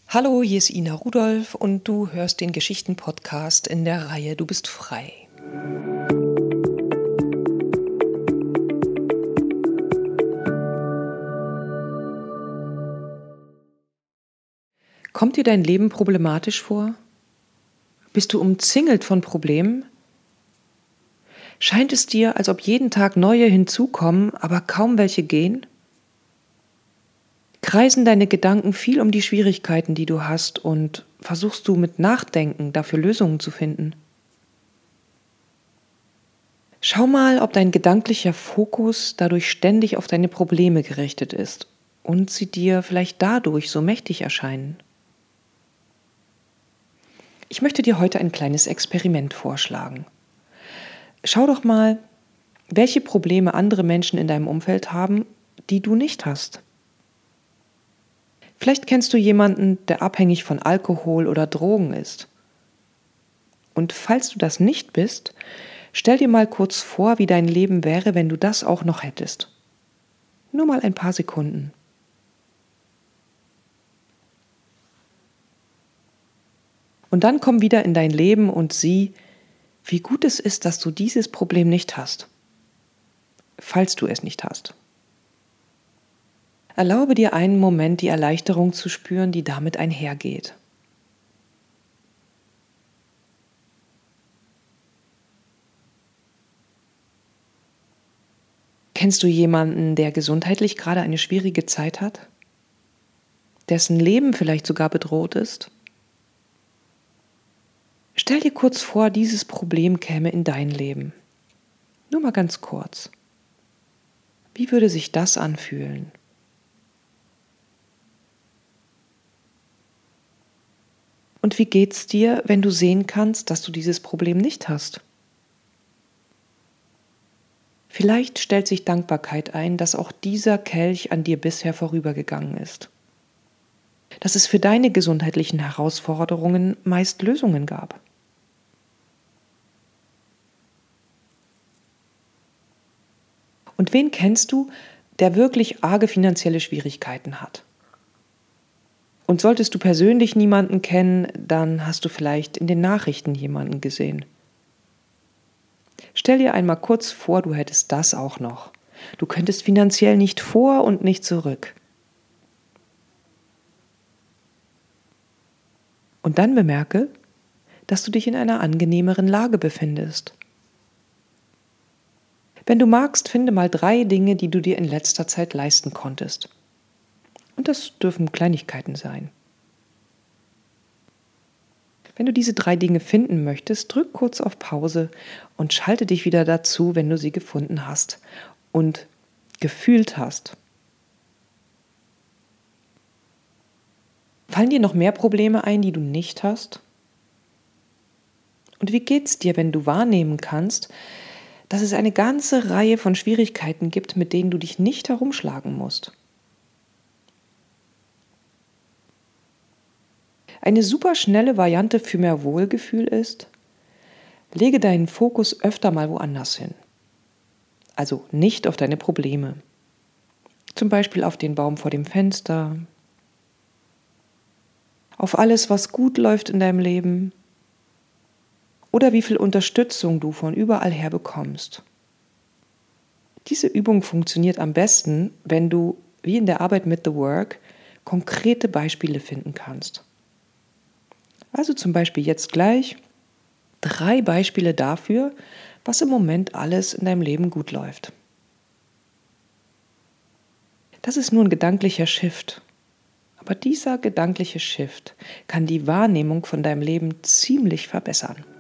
Hallo, hier ist Ina Rudolph und du hörst den Geschichten-Podcast in der Reihe Du bist frei. Kommt dir dein Leben problematisch vor? Bist du umzingelt von Problemen? Scheint es dir, als ob jeden Tag neue hinzukommen, aber kaum welche gehen? Kreisen deine Gedanken viel um die Schwierigkeiten, die du hast, und versuchst du mit Nachdenken dafür Lösungen zu finden? Schau mal, ob dein gedanklicher Fokus dadurch ständig auf deine Probleme gerichtet ist und sie dir vielleicht dadurch so mächtig erscheinen. Ich möchte dir heute ein kleines Experiment vorschlagen. Schau doch mal, welche Probleme andere Menschen in deinem Umfeld haben, die du nicht hast. Vielleicht kennst du jemanden, der abhängig von Alkohol oder Drogen ist. Und falls du das nicht bist, stell dir mal kurz vor, wie dein Leben wäre, wenn du das auch noch hättest. Nur mal ein paar Sekunden. Und dann komm wieder in dein Leben und sieh, wie gut es ist, dass du dieses Problem nicht hast, falls du es nicht hast. Erlaube dir einen Moment, die Erleichterung zu spüren, die damit einhergeht. Kennst du jemanden, der gesundheitlich gerade eine schwierige Zeit hat? Dessen Leben vielleicht sogar bedroht ist? Stell dir kurz vor, dieses Problem käme in dein Leben. Nur mal ganz kurz. Wie würde sich das anfühlen? Und wie geht's dir, wenn du sehen kannst, dass du dieses Problem nicht hast? Vielleicht stellt sich Dankbarkeit ein, dass auch dieser Kelch an dir bisher vorübergegangen ist. Dass es für deine gesundheitlichen Herausforderungen meist Lösungen gab. Und wen kennst du, der wirklich arge finanzielle Schwierigkeiten hat? Und solltest du persönlich niemanden kennen, dann hast du vielleicht in den Nachrichten jemanden gesehen. Stell dir einmal kurz vor, du hättest das auch noch. Du könntest finanziell nicht vor und nicht zurück. Und dann bemerke, dass du dich in einer angenehmeren Lage befindest. Wenn du magst, finde mal 3 Dinge, die du dir in letzter Zeit leisten konntest. Und das dürfen Kleinigkeiten sein. Wenn du diese 3 Dinge finden möchtest, drück kurz auf Pause und schalte dich wieder dazu, wenn du sie gefunden hast und gefühlt hast. Fallen dir noch mehr Probleme ein, die du nicht hast? Und wie geht's dir, wenn du wahrnehmen kannst, dass es eine ganze Reihe von Schwierigkeiten gibt, mit denen du dich nicht herumschlagen musst? Eine super schnelle Variante für mehr Wohlgefühl ist: lege deinen Fokus öfter mal woanders hin. Also nicht auf deine Probleme. Zum Beispiel auf den Baum vor dem Fenster, auf alles, was gut läuft in deinem Leben oder wie viel Unterstützung du von überall her bekommst. Diese Übung funktioniert am besten, wenn du, wie in der Arbeit mit The Work, konkrete Beispiele finden kannst. Also zum Beispiel jetzt gleich 3 Beispiele dafür, was im Moment alles in deinem Leben gut läuft. Das ist nur ein gedanklicher Shift. Aber dieser gedankliche Shift kann die Wahrnehmung von deinem Leben ziemlich verbessern.